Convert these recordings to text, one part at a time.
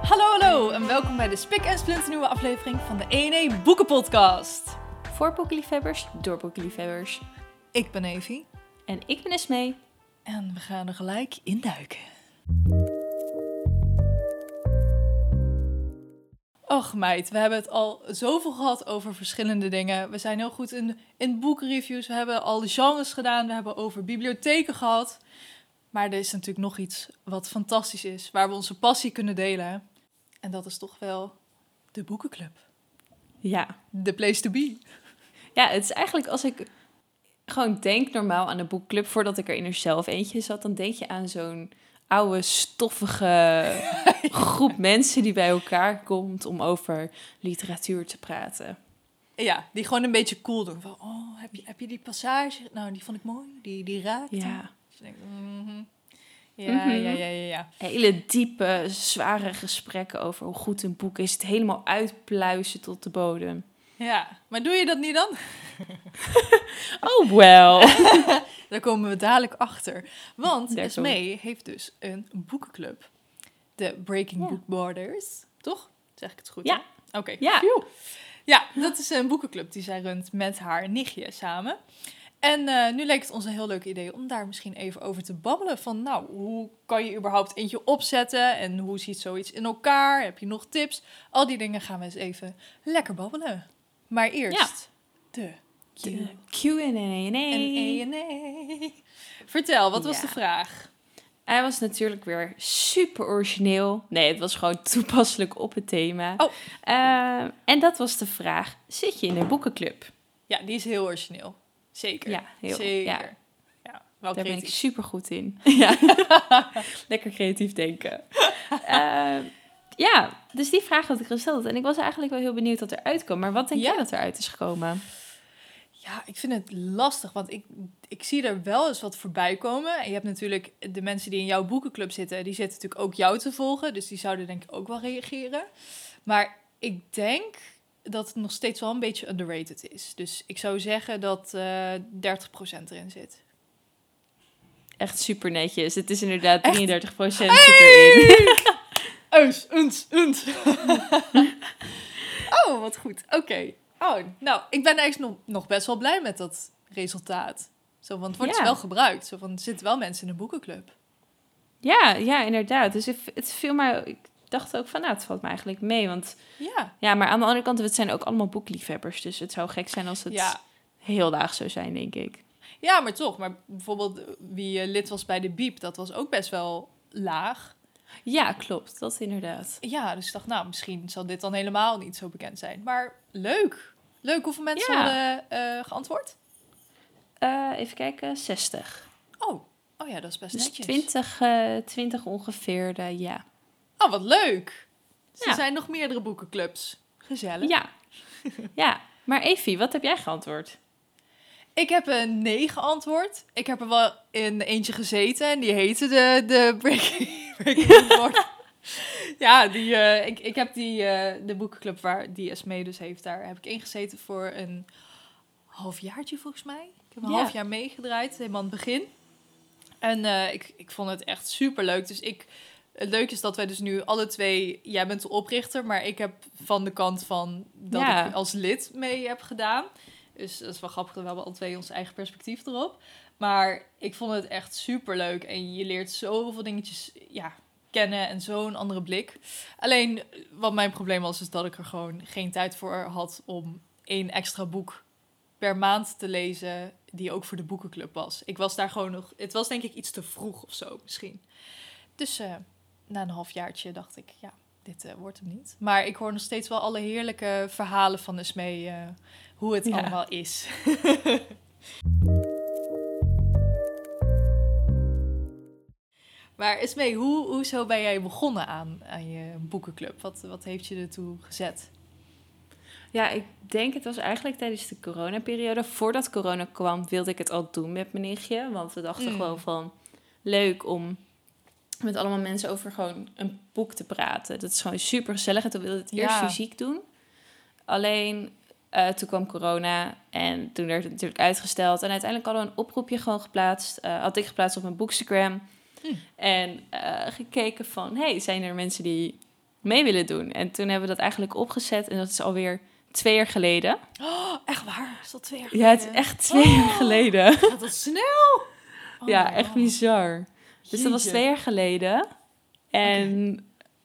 Hallo en welkom bij de spik en splinternieuwe aflevering van de E&E Boekenpodcast. Voor boekenliefhebbers, door boekenliefhebbers. Ik ben Evie. En ik ben Esmee. En we gaan er gelijk induiken. Och meid, we hebben het al zoveel gehad over verschillende dingen. We zijn heel goed in boekenreviews, we hebben al de genres gedaan, we hebben over bibliotheken gehad. Maar er is natuurlijk nog iets wat fantastisch is, waar we onze passie kunnen delen. En dat is toch wel de boekenclub. Ja. The place to be. Ja, het is eigenlijk als ik gewoon denk normaal aan een boekenclub, voordat ik er in er zelf eentje zat, dan denk je aan zo'n oude, stoffige groep mensen die bij elkaar komt om over literatuur te praten. Ja, die gewoon een beetje cool doen. Van, oh, heb je die passage? Nou, die vond ik mooi. Die raakte. Ja. Dus ik denk, Ja. Hele diepe, zware gesprekken over hoe goed een boek is. Het helemaal uitpluizen tot de bodem. Ja, maar doe je dat niet dan? Oh, well. Daar komen we dadelijk achter. Want Daar Esmee heeft dus een boekenclub. De Breaking Book Borders. Toch? Zeg ik het goed? Ja. Oké. Ja. Phew. Ja, dat is een boekenclub die zij runt met haar nichtje samen. En nu leek het ons een heel leuk idee om daar misschien even over te babbelen. Van nou, hoe kan je überhaupt eentje opzetten? En hoe ziet zoiets in elkaar? Heb je nog tips? Al die dingen gaan we eens even lekker babbelen. Maar eerst de Q&A. Vertel, wat was de vraag? Hij was natuurlijk weer super origineel. Nee, het was gewoon toepasselijk op het thema. Oh. En dat was de vraag, zit je in een boekenclub? Ja, die is heel origineel. Zeker. Ja, heel. Zeker. Ja, wel daar creatief. ben ik super goed in. Ja. Lekker creatief denken. Ja, dus die vraag had ik gesteld. En ik was eigenlijk wel heel benieuwd wat eruit kwam. Maar wat denk jij dat eruit is gekomen? Ja, ik vind het lastig, want ik zie er wel eens wat voorbij komen. En je hebt natuurlijk de mensen die in jouw boekenclub zitten, die zitten natuurlijk ook jou te volgen. Dus die zouden denk ik ook wel reageren. Maar ik denk dat het nog steeds wel een beetje underrated is. Dus ik zou zeggen dat 30% erin zit. Echt super netjes. Het is inderdaad 33% zit erin. Oh, wat goed. Oké. Oh, nou, ik ben eigenlijk nog best wel blij met dat resultaat. Zo, want het wordt wel gebruikt. Zo, van, er zitten wel mensen in een boekenclub. Ja, inderdaad. Dus het viel mij... Ik dacht ook van, nou, het valt me eigenlijk mee. Want ja, maar aan de andere kant, het zijn ook allemaal boekliefhebbers. Dus het zou gek zijn als het heel laag zou zijn, denk ik. Ja, maar toch. Maar bijvoorbeeld wie lid was bij de Biep, dat was ook best wel laag. Ja, klopt. Dat inderdaad. Ja, dus ik dacht, nou, misschien zal dit dan helemaal niet zo bekend zijn. Maar leuk. Leuk. Hoeveel mensen hadden geantwoord? Even kijken. 60. Oh ja, dat is best dus netjes. 20 ongeveer, ja. Oh, wat leuk. Dus er zijn nog meerdere boekenclubs. Gezellig. Ja, maar Evie, wat heb jij geantwoord? Ik heb een 9 geantwoord. Ik heb er wel in eentje gezeten en die heette de Breaking Board. Ja, ik heb de boekenclub waar die Esmee dus heeft, daar heb ik ingezeten voor een halfjaartje volgens mij. Ik heb een half jaar meegedraaid, helemaal aan het begin. En ik vond het echt super leuk. Dus het leuke is dat wij dus nu alle twee... Jij bent de oprichter, maar ik heb van de kant van dat ik als lid mee heb gedaan. Dus dat is wel grappig, we hebben alle twee ons eigen perspectief erop. Maar ik vond het echt super leuk. En je leert zoveel dingetjes kennen en zo'n andere blik. Alleen, wat mijn probleem was, is dat ik er gewoon geen tijd voor had om 1 extra boek per maand te lezen die ook voor de boekenclub was. Ik was daar gewoon nog... Het was denk ik iets te vroeg of zo, misschien. Dus na een halfjaartje dacht ik, dit wordt hem niet. Maar ik hoor nog steeds wel alle heerlijke verhalen van Esmee, hoe het allemaal is. Maar Esmee, hoezo ben jij begonnen aan je boekenclub? Wat heeft je ertoe gezet? Ja, ik denk het was eigenlijk tijdens de coronaperiode. Voordat corona kwam, wilde ik het al doen met mijn nichtje. Want we dachten gewoon van, leuk om met allemaal mensen over gewoon een boek te praten. Dat is gewoon super gezellig. En toen wilde het eerst fysiek doen. Alleen, toen kwam corona en toen werd het natuurlijk uitgesteld. En uiteindelijk hadden we een oproepje gewoon geplaatst. Had ik geplaatst op mijn Bookstagram. En gekeken van, zijn er mensen die mee willen doen. En toen hebben we dat eigenlijk opgezet en dat is alweer 2 jaar geleden. Oh, echt waar? Is dat 2 jaar geleden? Ja, het is echt 2 jaar geleden. Gaat dat snel? Oh, ja, echt bizar. Dus dat was 2 jaar geleden. En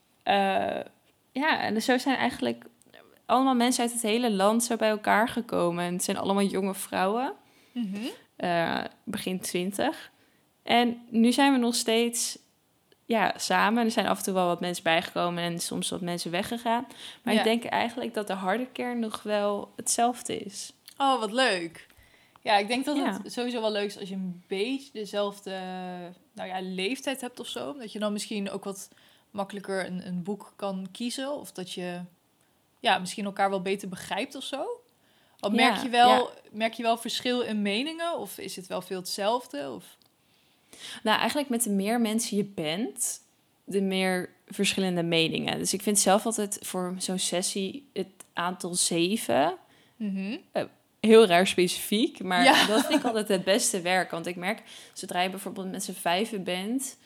en zo zijn eigenlijk allemaal mensen uit het hele land zo bij elkaar gekomen. En het zijn allemaal jonge vrouwen. Begin 20. En nu zijn we nog steeds samen. Er zijn af en toe wel wat mensen bijgekomen en soms wat mensen weggegaan. Maar ik denk eigenlijk dat de harde kern nog wel hetzelfde is. Oh, wat leuk. Ja, ik denk dat het sowieso wel leuk is als je een beetje dezelfde leeftijd hebt of zo. Dat je dan misschien ook wat makkelijker een boek kan kiezen. Of dat je misschien elkaar wel beter begrijpt of zo. Of merk je wel verschil in meningen? Of is het wel veel hetzelfde? Of... Nou, eigenlijk met de meer mensen je bent, de meer verschillende meningen. Dus ik vind zelf altijd voor zo'n sessie het aantal 7... heel raar specifiek, maar dat vind ik altijd het beste werk. Want ik merk, zodra je bijvoorbeeld met z'n 5 bent,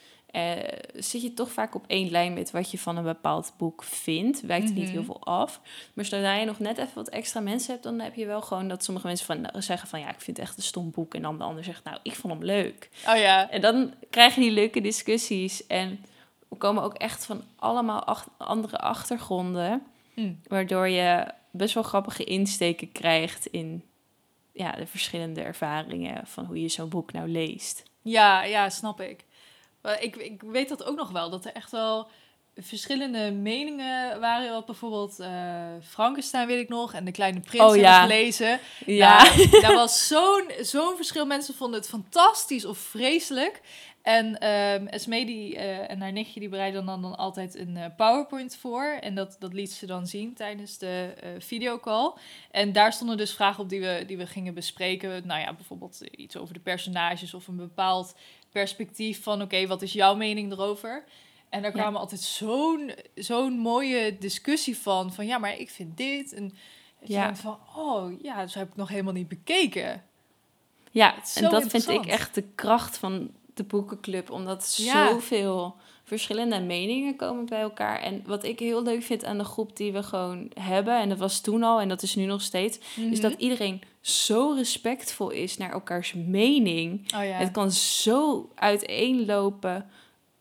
zit je toch vaak op 1 lijn met wat je van een bepaald boek vindt. Wijkt het niet heel veel af. Maar zodra je nog net even wat extra mensen hebt, dan heb je wel gewoon dat sommige mensen zeggen van ik vind het echt een stom boek. En dan de ander zegt, ik vond hem leuk. Oh ja. En dan krijg je die leuke discussies. En we komen ook echt van allemaal andere achtergronden, waardoor je best wel grappige insteken krijgt in de verschillende ervaringen van hoe je zo'n boek nou leest. Ja, snap ik. Maar ik weet dat ook nog wel, dat er echt wel verschillende meningen waren. Wat bijvoorbeeld Frankenstein weet ik nog en De Kleine Prins heb ik gelezen. Ja. Nou, daar was zo'n verschil. Mensen vonden het fantastisch of vreselijk. En Esmee en haar nichtje die bereiden dan altijd een PowerPoint voor. En dat liet ze dan zien tijdens de videocall. En daar stonden dus vragen op die we gingen bespreken. Nou ja, bijvoorbeeld iets over de personages of een bepaald perspectief van oké, wat is jouw mening erover? En daar kwamen altijd zo'n mooie discussie van maar ik vind dit. En je denkt van, dus heb ik nog helemaal niet bekeken. Ja, en dat vind ik echt de kracht van de boekenclub, omdat zoveel verschillende meningen komen bij elkaar. En wat ik heel leuk vind aan de groep die we gewoon hebben, en dat was toen al en dat is nu nog steeds, is dat iedereen zo respectvol is naar elkaars mening. Oh, ja. Het kan zo uiteenlopen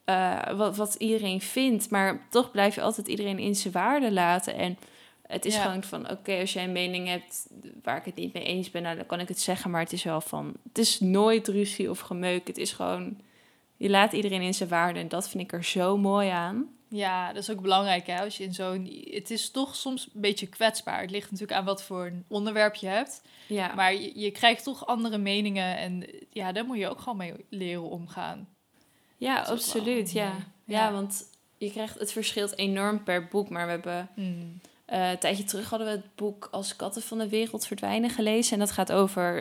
wat iedereen vindt, maar toch blijf je altijd iedereen in zijn waarde laten. En het is gewoon van, oké, als jij een mening hebt waar ik het niet mee eens ben, dan kan ik het zeggen, maar het is wel van, het is nooit ruzie of gemeuk. Het is gewoon, je laat iedereen in zijn waarde en dat vind ik er zo mooi aan. Ja, dat is ook belangrijk, hè? Als je in het is toch soms een beetje kwetsbaar. Het ligt natuurlijk aan wat voor een onderwerp je hebt. Ja. Maar je krijgt toch andere meningen en daar moet je ook gewoon mee leren omgaan. Ja, absoluut, Ja, want je krijgt, het verschilt enorm per boek, maar we hebben... een tijdje terug hadden we het boek Als katten van de wereld verdwijnen gelezen. En dat gaat over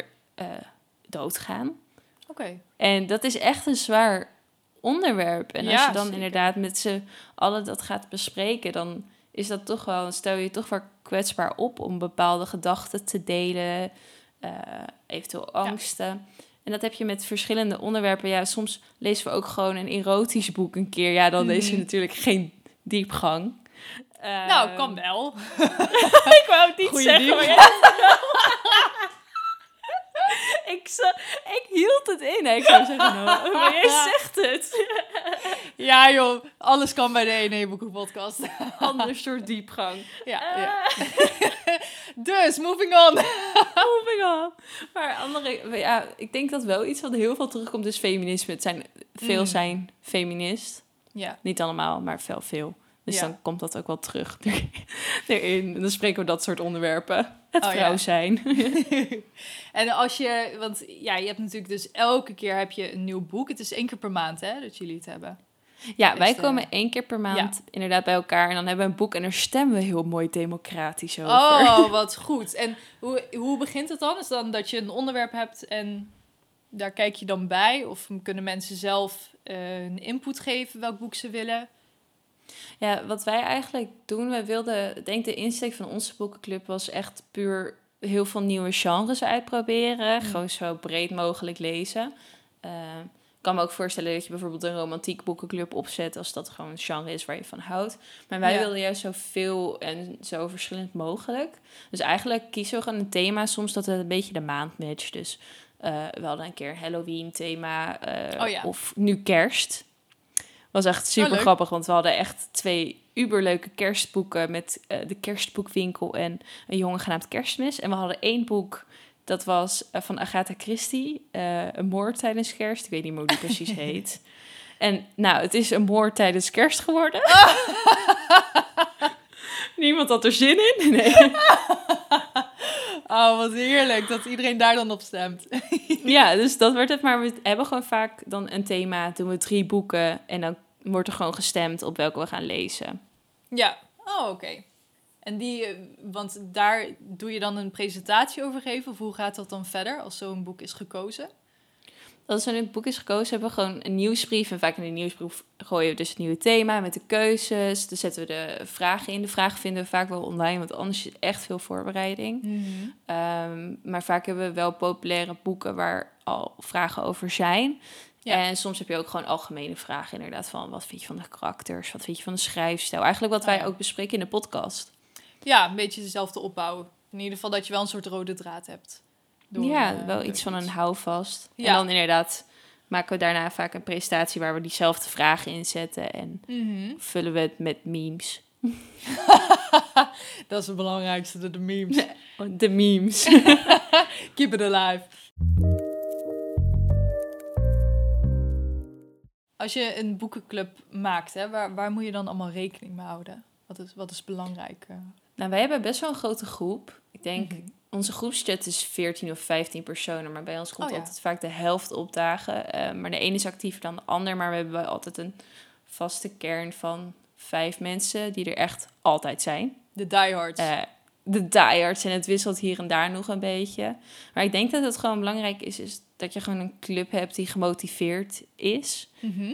doodgaan. Oké. En dat is echt een zwaar onderwerp. En als je dan inderdaad met z'n allen dat gaat bespreken, dan is dat toch wel, stel je toch wel kwetsbaar op om bepaalde gedachten te delen, eventueel angsten. En dat heb je met verschillende onderwerpen. Ja, soms lezen we ook gewoon een erotisch boek een keer. Ja, dan lees je natuurlijk geen diepgang. Nou, kan wel. Ik wou het niet zeggen, maar ik hield het in. Ik zou zeggen, maar jij zegt het. Ja joh, alles kan bij de Ene Boeken podcast. Ander soort diepgang. Ja. Dus, moving on. Maar ik denk dat wel iets wat heel veel terugkomt is feminisme. Veel zijn feminist. Ja. Niet allemaal, maar veel. Dus dan komt dat ook wel terug erin. En dan spreken we dat soort onderwerpen. Het vrouw zijn. En want je hebt natuurlijk dus elke keer heb je een nieuw boek. Het is 1 keer per maand, hè, dat jullie het hebben. Ja, wij komen 1 keer per maand inderdaad bij elkaar. En dan hebben we een boek en daar stemmen we heel mooi democratisch over. Oh, wat goed. En hoe begint het dan? Is dan dat je een onderwerp hebt en daar kijk je dan bij? Of kunnen mensen zelf een input geven welk boek ze willen? Ja, wat wij eigenlijk doen, wij wilden, denk de insteek van onze boekenclub was echt puur heel veel nieuwe genres uitproberen. Gewoon zo breed mogelijk lezen. Ik kan me ook voorstellen dat je bijvoorbeeld een romantiek boekenclub opzet, als dat gewoon een genre is waar je van houdt. Maar wij wilden juist zoveel en zo verschillend mogelijk. Dus eigenlijk kiezen we gewoon een thema, soms dat het een beetje de maand matcht. Dus we hadden een keer Halloween thema, of nu kerst. Was echt super grappig, want we hadden echt 2 uberleuke kerstboeken met de Kerstboekwinkel en een jongen genaamd Kerstmis. En we hadden 1 boek, dat was van Agatha Christie, Een moord tijdens kerst. Ik weet niet meer hoe die precies heet. En nou, het is een moord tijdens kerst geworden. Niemand had er zin in. Nee. Oh, wat heerlijk dat iedereen daar dan op stemt. Ja, dus dat wordt het. Maar we hebben gewoon vaak dan een thema, doen we 3 boeken en dan wordt er gewoon gestemd op welke we gaan lezen. Ja, oké. En want daar doe je dan een presentatie over geven? Of hoe gaat dat dan verder als zo'n boek is gekozen? Als een boek is gekozen, hebben we gewoon een nieuwsbrief. En vaak in de nieuwsbrief gooien we dus het nieuwe thema met de keuzes. Dan zetten we de vragen in. De vragen vinden we vaak wel online, want anders is het echt veel voorbereiding. Mm-hmm. Maar vaak hebben we wel populaire boeken waar al vragen over zijn. Ja. En soms heb je ook gewoon algemene vragen inderdaad van wat vind je van de karakters? Wat vind je van de schrijfstijl? Eigenlijk wat wij ook bespreken in de podcast. Ja, een beetje dezelfde opbouw. In ieder geval dat je wel een soort rode draad hebt. Wel iets van een houvast. Ja. En dan inderdaad maken we daarna vaak een presentatie waar we diezelfde vragen in zetten. En vullen we het met memes. Dat is het belangrijkste, de memes. De memes. Keep it alive. Als je een boekenclub maakt, hè, waar moet je dan allemaal rekening mee houden? Wat is belangrijk? Nou, wij hebben best wel een grote groep. Ik denk, onze groepschat is 14 of 15 personen. Maar bij ons komt altijd vaak de helft opdagen. Maar de ene is actiever dan de ander. Maar we hebben altijd een vaste kern van 5 mensen die er echt altijd zijn. De diehards. De diehards. En het wisselt hier en daar nog een beetje. Maar ik denk dat het gewoon belangrijk is dat je gewoon een club hebt die gemotiveerd is.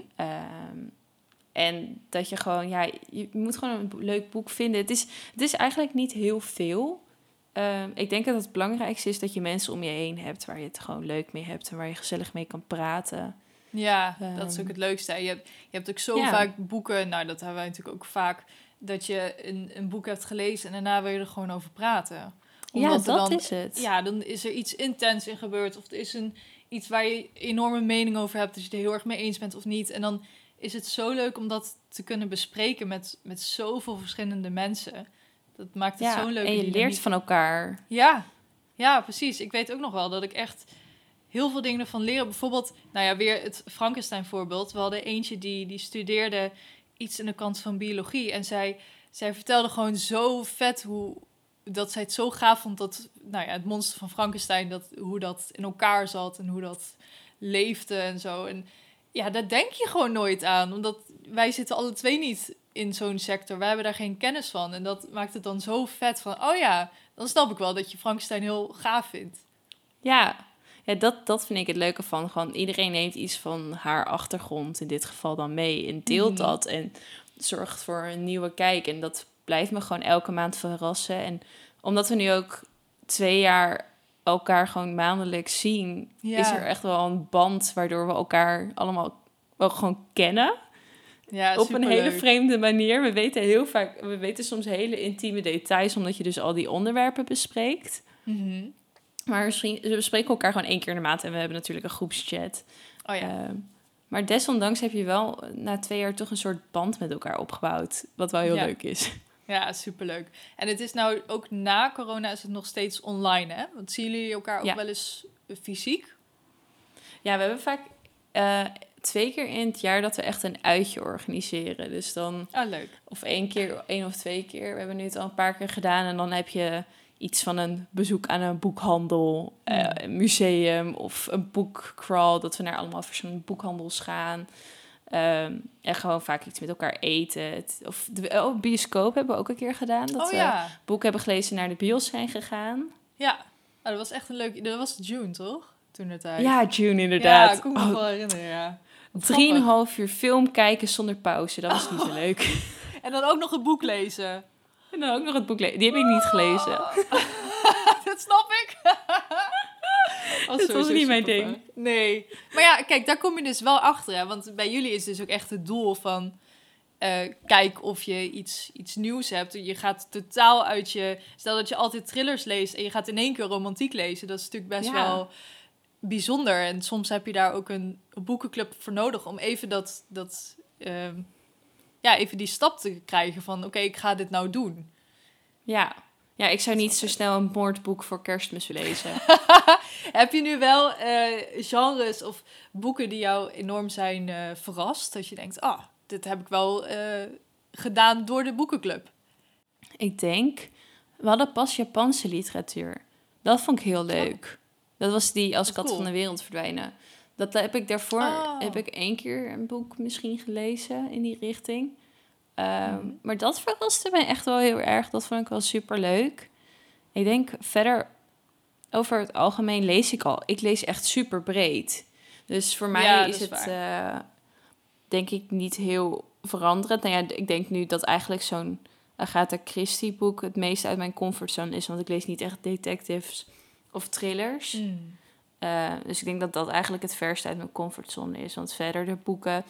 En dat je gewoon, je moet gewoon een leuk boek vinden. Het is eigenlijk niet heel veel. Ik denk dat het belangrijkste is dat je mensen om je heen hebt waar je het gewoon leuk mee hebt en waar je gezellig mee kan praten. Ja, dat is ook het leukste. Je hebt ook zo vaak boeken, nou dat hebben wij natuurlijk ook vaak, dat je een boek hebt gelezen en daarna wil je er gewoon over praten. Omdat dat is het. Ja, dan is er iets intens in gebeurd of er is iets waar je enorme mening over hebt, dat je het er heel erg mee eens bent of niet. En dan is het zo leuk om dat te kunnen bespreken met zoveel verschillende mensen. Dat maakt het zo'n leuke en je leert van elkaar. Ja, precies. Ik weet ook nog wel dat ik echt heel veel dingen ervan leer. Bijvoorbeeld, weer het Frankenstein voorbeeld. We hadden eentje die studeerde iets in de kant van biologie. En zij vertelde gewoon zo vet dat zij het zo gaaf vond dat het monster van Frankenstein, hoe dat in elkaar zat en hoe dat leefde en zo. En ja, daar denk je gewoon nooit aan. Omdat wij zitten alle 2 niet in zo'n sector. Wij hebben daar geen kennis van. En dat maakt het dan zo vet van, dan snap ik wel dat je Frankenstein heel gaaf vindt. Ja, dat vind ik het leuke van. Gewoon iedereen neemt iets van haar achtergrond, in dit geval dan mee, en deelt dat. En zorgt voor een nieuwe kijk. En dat blijft me gewoon elke maand verrassen. En omdat we nu ook 2 jaar elkaar gewoon maandelijks zien, is er echt wel een band waardoor we elkaar allemaal wel gewoon kennen. Ja, op een hele vreemde manier. We weten soms hele intieme details, omdat je dus al die onderwerpen bespreekt. Maar we bespreken elkaar gewoon 1 keer in de maand en we hebben natuurlijk een groepschat. Maar desondanks heb je wel na 2 jaar toch een soort band met elkaar opgebouwd, wat wel heel leuk is. Ja, superleuk. En het is nou ook na corona is het nog steeds online, hè? Want zien jullie elkaar ook wel eens fysiek? Ja, we hebben vaak 2 keer in het jaar dat we echt een uitje organiseren. Dus dan leuk. Of 1 of 2 keer. We hebben nu het al een paar keer gedaan. En dan heb je iets van een bezoek aan een boekhandel, een museum of een boekcrawl. Dat we naar allemaal verschillende boekhandels gaan. En gewoon vaak iets met elkaar eten. Bioscoop hebben we ook een keer gedaan. Dat we boeken hebben gelezen, naar de bios zijn gegaan. Ja, dat was echt een leuk. Dat was June, toch? Toen het tijd. Ja, June inderdaad. Ja, ik kon me wel herinneren, ja. 3,5 uur film kijken zonder pauze. Dat was niet zo leuk. En dan ook nog het boek lezen. En dan ook nog het boek lezen. Die heb ik niet gelezen. Dat snap ik. Dat was niet mijn ding. Nee. Maar ja, kijk, daar kom je dus wel achter. Hè? Want bij jullie is dus ook echt het doel van... kijk of je iets nieuws hebt. Je gaat totaal uit je... Stel dat je altijd thrillers leest en je gaat in één keer romantiek lezen. Dat is natuurlijk best wel bijzonder. En soms heb je daar ook een boekenclub voor nodig... om even even die stap te krijgen van... oké, ik ga dit nou doen. Ja, ik zou niet zo snel een moordboek voor Kerstmis lezen. Heb je nu wel genres of boeken die jou enorm zijn verrast? Dat je denkt, dit heb ik wel gedaan door de boekenclub. Ik denk, we hadden pas Japanse literatuur. Dat vond ik heel leuk. Dat was die Als kat van de wereld verdwijnen. Dat heb ik daarvoor, heb ik 1 keer een boek misschien gelezen in die richting. Maar dat verraste mij echt wel heel erg. Dat vond ik wel super leuk. Ik denk verder, over het algemeen lees ik al. Ik lees echt super breed. Dus voor mij is het, denk ik, niet heel veranderend. Nou ja, ik denk nu dat eigenlijk zo'n Agatha Christie boek het meest uit mijn comfortzone is. Want ik lees niet echt detectives of thrillers. Dus ik denk dat dat eigenlijk het verst uit mijn comfortzone is. Want verder de boeken,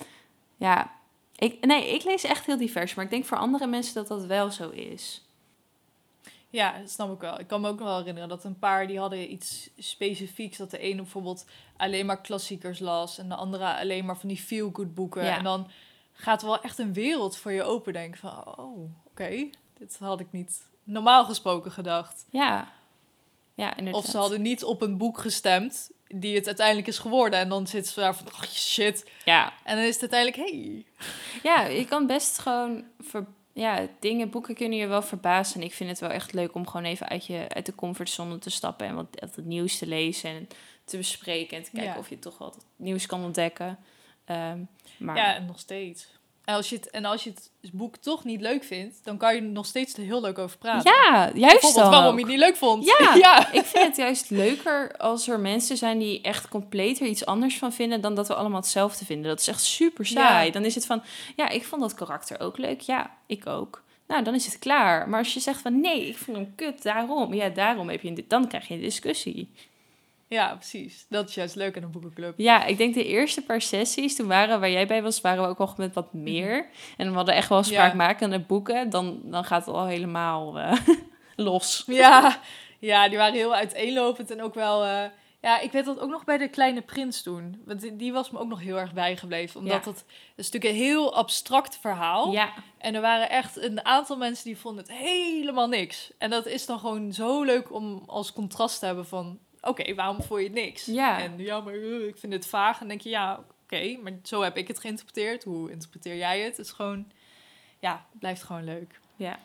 ik lees echt heel divers. Maar ik denk voor andere mensen dat dat wel zo is. Ja, dat snap ik wel. Ik kan me ook nog wel herinneren dat een paar die hadden iets specifieks. Dat de ene bijvoorbeeld alleen maar klassiekers las. En de andere alleen maar van die feel-good boeken. Ja. En dan gaat er wel echt een wereld voor je open. Denk van, oké, dit had ik niet normaal gesproken gedacht. Ja, inderdaad. Of ze hadden niet op een boek gestemd die het uiteindelijk is geworden. En dan zitten ze daar van, shit. Ja. En dan is het uiteindelijk, hey. Ja, je kan best gewoon... boeken kunnen je wel verbazen. En ik vind het wel echt leuk om gewoon even uit de comfortzone te stappen. En wat het nieuws te lezen en te bespreken. En te kijken of je toch wat nieuws kan ontdekken. Maar... Ja, en nog steeds. En als je het boek toch niet leuk vindt, dan kan je er nog steeds er heel leuk over praten. Ja, juist dan. Waarom je het niet leuk vond. Ja, ik vind het juist leuker als er mensen zijn die echt compleet er iets anders van vinden dan dat we allemaal hetzelfde vinden. Dat is echt super saai. Dan is het van, ik vond dat karakter ook leuk. Ja, ik ook. Nou, dan is het klaar. Maar als je zegt van, nee, ik vond hem kut, daarom. Ja, daarom dan krijg je een discussie. Ja, precies. Dat is juist leuk aan een boekenclub. Ja, ik denk de eerste paar sessies, waar jij bij was, waren we ook al met wat meer. En we hadden echt wel spraakmakende boeken. Dan gaat het al helemaal los. Ja, die waren heel uiteenlopend en ook wel... ik weet dat ook nog bij De Kleine Prins toen. Want die was me ook nog heel erg bijgebleven. Omdat het is natuurlijk een heel abstract verhaal. Ja. En er waren echt een aantal mensen die vonden het helemaal niks. En dat is dan gewoon zo leuk om als contrast te hebben van... Oké, waarom vond je het niks? Ja. En maar ik vind het vaag. En denk je, oké, maar zo heb ik het geïnterpreteerd. Hoe interpreteer jij het? Het is gewoon, het blijft gewoon leuk. Ja.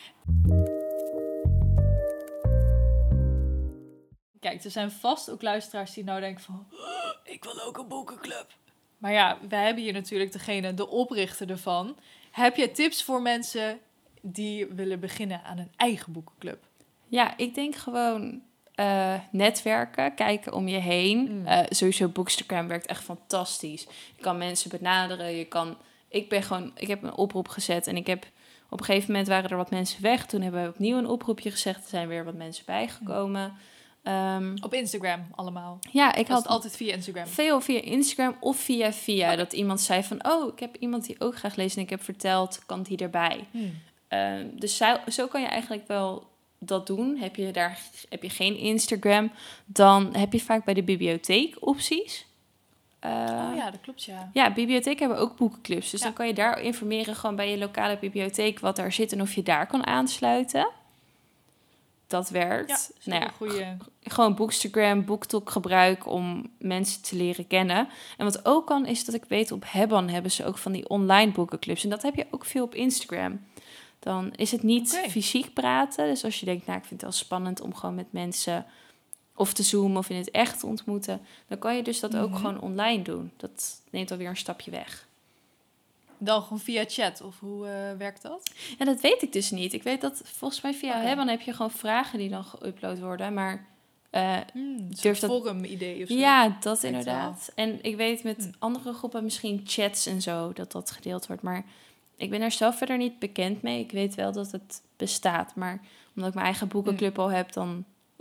Kijk, er zijn vast ook luisteraars die nou denken van... ik wil ook een boekenclub. Maar ja, wij hebben hier natuurlijk de oprichter ervan. Heb je tips voor mensen die willen beginnen aan een eigen boekenclub? Ja, ik denk gewoon... netwerken, kijken om je heen. Sowieso Bookstagram werkt echt fantastisch. Je kan mensen benaderen. Ik heb een oproep gezet en op een gegeven moment waren er wat mensen weg. Toen hebben we opnieuw een oproepje gezegd. Er zijn weer wat mensen bijgekomen. Op Instagram allemaal? Ja, ik had altijd via Instagram. Veel via Instagram of via okay. Dat iemand zei van... ik heb iemand die ook graag leest en ik heb verteld, kan die erbij? Dus zo kan je eigenlijk wel... dat doen. Heb je geen Instagram, dan heb je vaak bij de bibliotheek opties. Dat klopt, ja. Ja, bibliotheek hebben ook boekenclubs. Dus dan kan je daar informeren gewoon bij je lokale bibliotheek wat daar zit en of je daar kan aansluiten. Dat werkt. Gewoon Bookstagram, BookTok gebruiken om mensen te leren kennen. En wat ook kan, is dat ik weet op Hebban hebben ze ook van die online boekenclubs. En dat heb je ook veel op Instagram. Dan is het niet fysiek praten. Dus als je denkt, ik vind het wel spannend om gewoon met mensen of te zoomen of in het echt te ontmoeten, dan kan je dus dat ook gewoon online doen. Dat neemt alweer een stapje weg. Dan gewoon via chat, of hoe werkt dat? Ja, dat weet ik dus niet. Ik weet dat volgens mij via Hebban heb je gewoon vragen die dan geüpload worden, maar... durf dat forum-idee of zo? Ja, dat inderdaad. En ik weet met andere groepen misschien chats en zo, dat gedeeld wordt, maar... Ik ben er zelf verder niet bekend mee. Ik weet wel dat het bestaat. Maar omdat ik mijn eigen boekenclub al heb, dan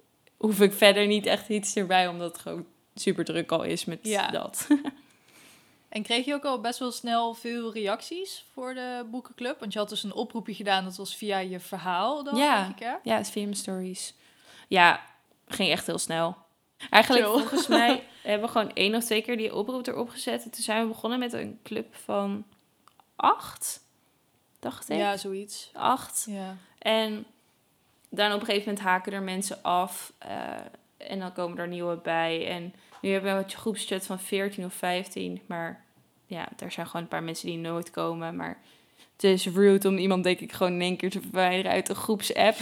hoef ik verder niet echt iets erbij, omdat het gewoon super druk al is met dat. En kreeg je ook al best wel snel veel reacties voor de boekenclub? Want je had dus een oproepje gedaan, dat was via je verhaal dan, denk ik, hè? Ja, het is via mijn stories. Ja, ging echt heel snel. Eigenlijk volgens mij hebben we gewoon 1 of 2 keer die oproep erop gezet. En toen zijn we begonnen met een club van 8, dacht ik. Ja, zoiets. 8. Ja. En dan op een gegeven moment haken er mensen af. En dan komen er nieuwe bij. En nu hebben we een groepschat van 14 of 15. Maar ja, er zijn gewoon een paar mensen die nooit komen. Maar het is rude om iemand, denk ik, gewoon in 1 keer te verwijderen uit de groepsapp.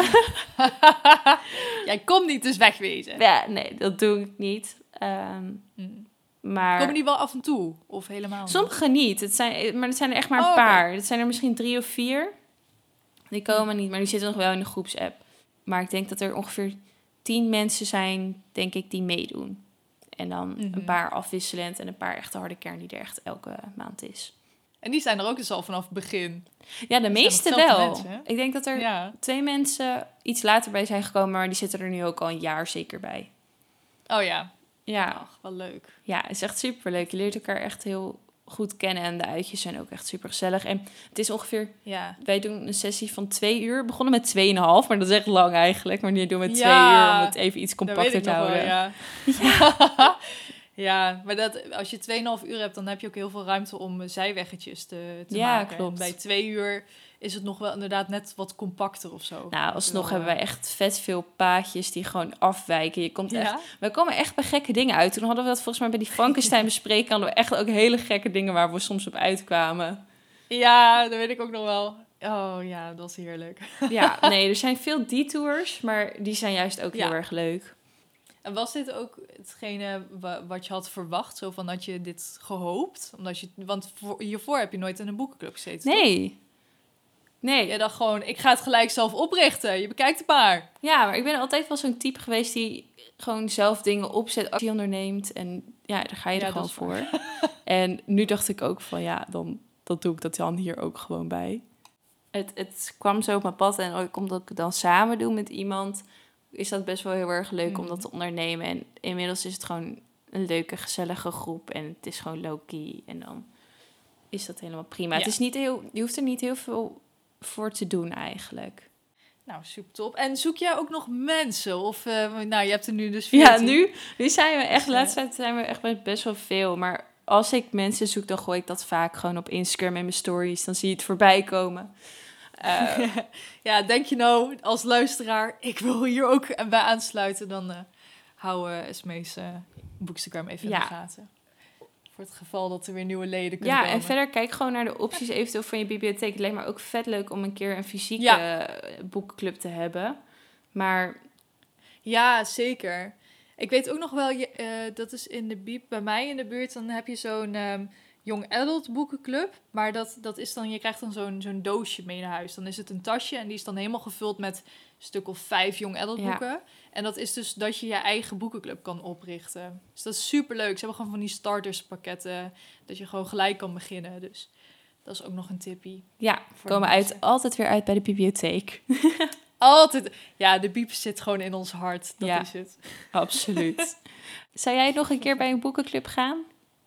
Jij komt niet, dus wegwezen. Ja, nee, dat doe ik niet. Maar komen die wel af en toe? Of helemaal niet? Sommige niet. Maar het zijn er echt maar een paar. Het zijn er misschien 3 of 4. Die komen niet, maar die zitten nog wel in de groepsapp. Maar ik denk dat er ongeveer 10 mensen zijn, denk ik, die meedoen. En dan een paar afwisselend en een paar echte harde kern die er echt elke maand is. En die zijn er ook dus al vanaf het begin. Ja, de meeste wel. Mensen, ik denk dat er 2 mensen iets later bij zijn gekomen, maar die zitten er nu ook al een jaar zeker bij. Oh ja. Ja. Ach, wel leuk. Ja, het is echt superleuk. Je leert elkaar echt heel goed kennen en de uitjes zijn ook echt super gezellig. En het is ongeveer, wij doen een sessie van 2 uur. We begonnen met 2,5, maar dat is echt lang eigenlijk. Maar nu doen we 2 uur om het even iets compacter te houden. Wel, ja, maar als je 2,5 uur hebt, dan heb je ook heel veel ruimte om zijweggetjes te maken. Klopt. En bij 2 uur is het nog wel inderdaad net wat compacter of zo. Nou, alsnog hebben wij echt vet veel paadjes die gewoon afwijken. We komen echt bij gekke dingen uit. Toen hadden we dat volgens mij bij die Frankenstein bespreken. Hadden we echt ook hele gekke dingen waar we soms op uitkwamen. Ja, dat weet ik ook nog wel. Oh ja, dat was heerlijk. Ja, nee, er zijn veel detours, maar die zijn juist ook heel erg leuk. En was dit ook hetgene wat je had verwacht? Zo van, had je dit gehoopt? Want hiervoor heb je nooit in een boekenclub gezeten, Nee. Nee. Je dacht gewoon, ik ga het gelijk zelf oprichten. Je bekijkt het maar. Ja, maar ik ben altijd wel zo'n type geweest die gewoon zelf dingen opzet, actie onderneemt. En ja, daar ga je er gewoon voor. En nu dacht ik ook van, dan doe ik dat dan hier ook gewoon bij. Het kwam zo op mijn pad en ook omdat ik het dan samen doe met iemand, is dat best wel heel erg leuk om dat te ondernemen. En inmiddels is het gewoon een leuke, gezellige groep. En het is gewoon low-key. En dan is dat helemaal prima. Het is niet je hoeft er niet heel veel voor te doen eigenlijk. Nou, super top. En zoek jij ook nog mensen? Of, je hebt er nu dus 14. Ja, nu zijn we echt, laatst tijd zijn we echt met best wel veel. Maar als ik mensen zoek, dan gooi ik dat vaak gewoon op Instagram in mijn stories. Dan zie je het voorbij komen. Ja, denk je nou als luisteraar, ik wil hier ook bij aansluiten, dan hou Esmee's Bookstagram even in de gaten. Voor het geval dat er weer nieuwe leden kunnen komen. En verder kijk gewoon naar de opties eventueel van je bibliotheek. Het lijkt me ook vet leuk om een keer een fysieke boekenclub te hebben. Maar ja, zeker. Ik weet ook nog wel, dat is in de bieb bij mij in de buurt, dan heb je zo'n young adult boekenclub. Maar dat is dan, je krijgt dan zo'n doosje mee naar huis. Dan is het een tasje en die is dan helemaal gevuld met een stuk of 5 young adult boeken. En dat is dus dat je je eigen boekenclub kan oprichten. Dus dat is superleuk. Ze hebben gewoon van die starterspakketten, dat je gewoon gelijk kan beginnen. Dus dat is ook nog een tippie. Ja, komen altijd weer uit bij de bibliotheek. Altijd. Ja, de bieb zit gewoon in ons hart. Dat is het. Absoluut. Zou jij nog een keer bij een boekenclub gaan?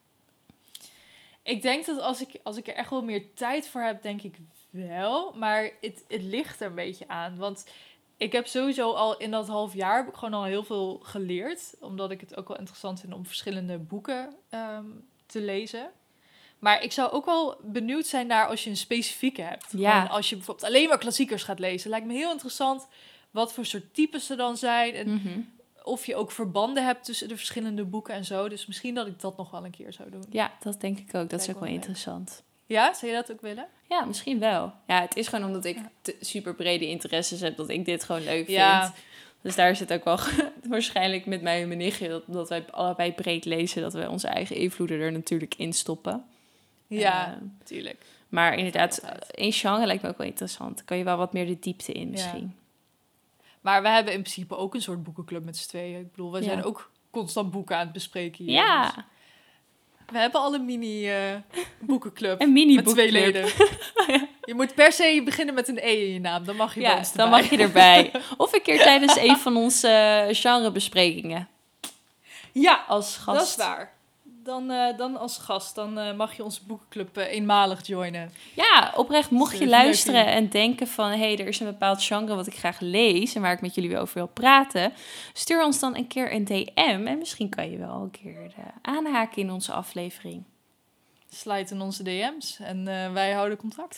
Ik denk dat als ik er echt wel meer tijd voor heb, denk ik wel. Maar het ligt er een beetje aan. Want ik heb sowieso al in dat half jaar heb ik gewoon al heel veel geleerd. Omdat ik het ook wel interessant vind om verschillende boeken te lezen. Maar ik zou ook wel benieuwd zijn naar als je een specifieke hebt. Ja. Gewoon als je bijvoorbeeld alleen maar klassiekers gaat lezen. Lijkt me heel interessant wat voor soort types er dan zijn. En of je ook verbanden hebt tussen de verschillende boeken en zo. Dus misschien dat ik dat nog wel een keer zou doen. Ja, dat denk ik ook. Dat is ook wel interessant. Ja, zou je dat ook willen? Ja, misschien wel. Ja, het is gewoon omdat ik super brede interesses heb, dat ik dit gewoon leuk vind. Dus daar zit ook wel waarschijnlijk met mij en mijn nichtje, dat wij allebei breed lezen, dat we onze eigen invloeden er natuurlijk in stoppen. Ja, tuurlijk. Maar inderdaad, één genre lijkt me ook wel interessant. Dan kan je wel wat meer de diepte in misschien. Ja. Maar we hebben in principe ook een soort boekenclub met z'n tweeën. Ik bedoel, wij zijn ook constant boeken aan het bespreken hier. Ja. Dus We hebben al een mini boekenclub. Een mini met 2 boekenclub. leden. Je moet per se beginnen met een E in je naam. Dan mag je bij ons dan erbij. mag je erbij. Of een keer tijdens een van onze genrebesprekingen. Ja, Als gast. dat is waar. Dan als gast, dan mag je onze boekenclub eenmalig joinen. Ja, oprecht, mocht je Leuk, luisteren leuk. en denken van... er is een bepaald genre wat ik graag lees... en waar ik met jullie over wil praten... stuur ons dan een keer een DM... en misschien kan je wel een keer aanhaken in onze aflevering. Sluit in onze DM's en wij houden contact.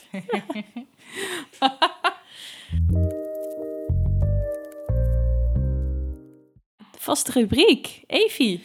Vaste rubriek. Evie.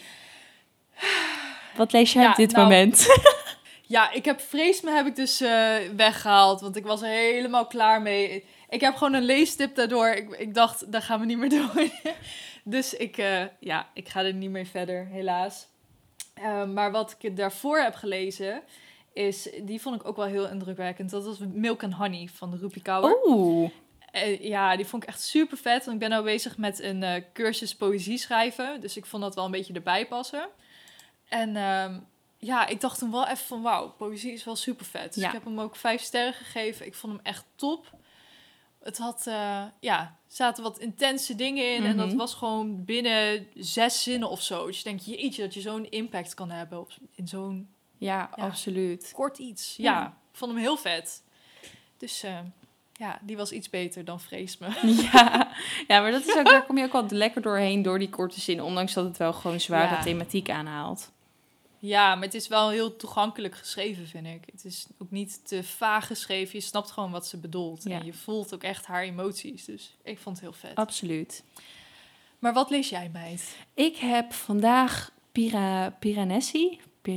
Wat lees jij Ja, op dit nou, moment? Ja, ik heb Vrees me heb ik dus weggehaald, want ik was er helemaal klaar mee. Ik heb gewoon een leestip daardoor. Ik dacht, daar gaan we niet meer door. Dus ik ga er niet meer verder, helaas. Maar wat ik daarvoor heb gelezen, die vond ik ook wel heel indrukwekkend. Dat was Milk and Honey van Rupi Kaur. Oeh. Ja, die vond ik echt super vet. Want ik ben nou bezig met een cursus poëzie schrijven. Dus ik vond dat wel een beetje erbij passen. En ik dacht toen wel even van wauw, poëzie is wel super vet. Dus ik heb hem ook 5 sterren gegeven. Ik vond hem echt top. Het had, zaten wat intense dingen in. En dat was gewoon binnen 6 zinnen of zo. Dus je denkt, jeetje, dat je zo'n impact kan hebben in zo'n absoluut. kort iets. Ja, ik vond hem heel vet. Dus die was iets beter dan Vrees me. Ja, maar dat is ook, daar kom je ook wel lekker doorheen door die korte zin. Ondanks dat het wel gewoon zware thematiek aanhaalt. Ja, maar het is wel heel toegankelijk geschreven, vind ik. Het is ook niet te vaag geschreven. Je snapt gewoon wat ze bedoelt. Ja. En je voelt ook echt haar emoties. Dus ik vond het heel vet. Absoluut. Maar wat lees jij, meid? Ik heb vandaag Piranesi,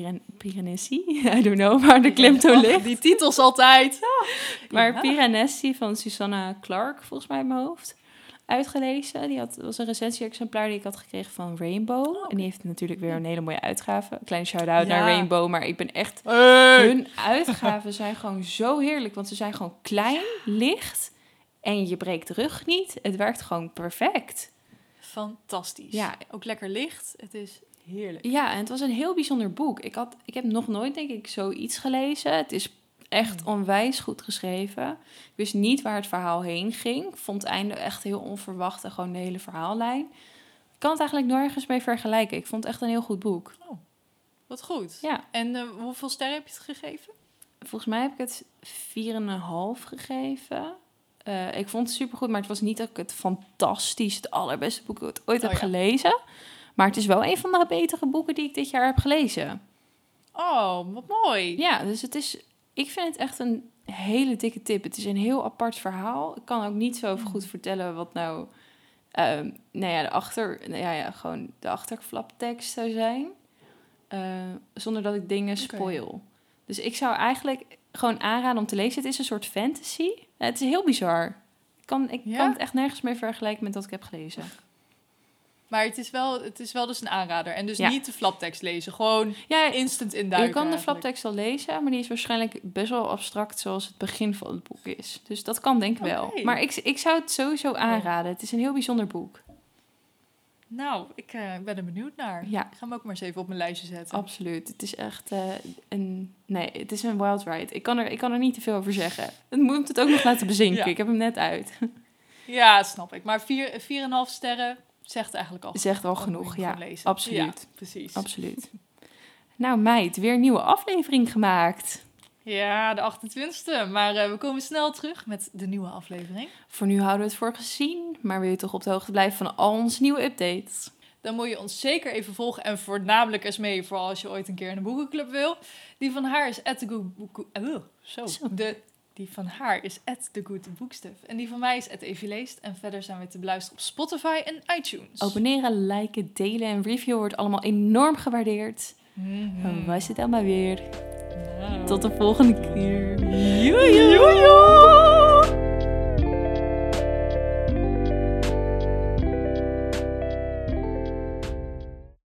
I don't know waar de klemtoon ligt. Die titels altijd. Maar Piranesi van Susanna Clark, volgens mij in mijn hoofd, uitgelezen. Dat was een recensie-exemplaar die ik had gekregen van Rainbow. Oh, okay. En die heeft natuurlijk weer een hele mooie uitgave. Een kleine shout-out naar Rainbow, maar ik ben echt... Hun uitgaven zijn gewoon zo heerlijk, want ze zijn gewoon klein, licht en je breekt de rug niet. Het werkt gewoon perfect. Fantastisch. Ja. Ook lekker licht. Het is heerlijk. Ja, en het was een heel bijzonder boek. Ik heb nog nooit, denk ik, zoiets gelezen. Het is echt onwijs goed geschreven. Ik wist niet waar het verhaal heen ging. Ik vond het einde echt heel onverwacht en gewoon de hele verhaallijn. Ik kan het eigenlijk nergens mee vergelijken. Ik vond het echt een heel goed boek. Oh, wat goed. Ja. En hoeveel sterren heb je het gegeven? Volgens mij heb ik het 4,5 gegeven. Ik vond het supergoed, maar het was niet dat ik het fantastisch, het allerbeste boek dat ik ooit heb gelezen. Maar het is wel een van de betere boeken die ik dit jaar heb gelezen. Oh, wat mooi. Ja, dus ik vind het echt een hele dikke tip. Het is een heel apart verhaal. Ik kan ook niet zo goed vertellen wat nou, gewoon de achterflaptekst zou zijn. Zonder dat ik dingen spoil. Dus ik zou eigenlijk gewoon aanraden om te lezen. Het is een soort fantasy. Het is heel bizar. Ik kan het echt nergens mee vergelijken met wat ik heb gelezen. Maar het is wel dus een aanrader. En dus niet de flaptekst lezen. Gewoon instant induiken. Je kan de flaptekst wel lezen, maar die is waarschijnlijk best wel abstract zoals het begin van het boek is. Dus dat kan denk ik wel. Maar ik zou het sowieso aanraden. Het is een heel bijzonder boek. Nou, ik ben er benieuwd naar. Ja. Ik ga hem ook maar eens even op mijn lijstje zetten. Absoluut. Het is echt het is een wild ride. Ik kan er niet te veel over zeggen. Ik moet het ook nog laten bezinken. Ja. Ik heb hem net uit. Ja, snap ik. Maar 4,5 sterren zegt eigenlijk al. Zegt wel genoeg, ja. Absoluut. Ja, precies. Absoluut. Nou meid, weer een nieuwe aflevering gemaakt. Ja, de 28e. Maar we komen snel terug met de nieuwe aflevering. Voor nu houden we het voor gezien. Maar wil je toch op de hoogte blijven van al onze nieuwe updates? Dan moet je ons zeker even volgen. En voornamelijk eens mee, vooral als je ooit een keer in een boekenclub wil. Die van haar is Die van haar is @thegoodbookstuff. En die van mij is @evieleest. En verder zijn we te beluisteren op Spotify en iTunes. Abonneren, liken, delen en review wordt allemaal enorm gewaardeerd. Was het dan maar weer. Tot de volgende keer. Joejoe!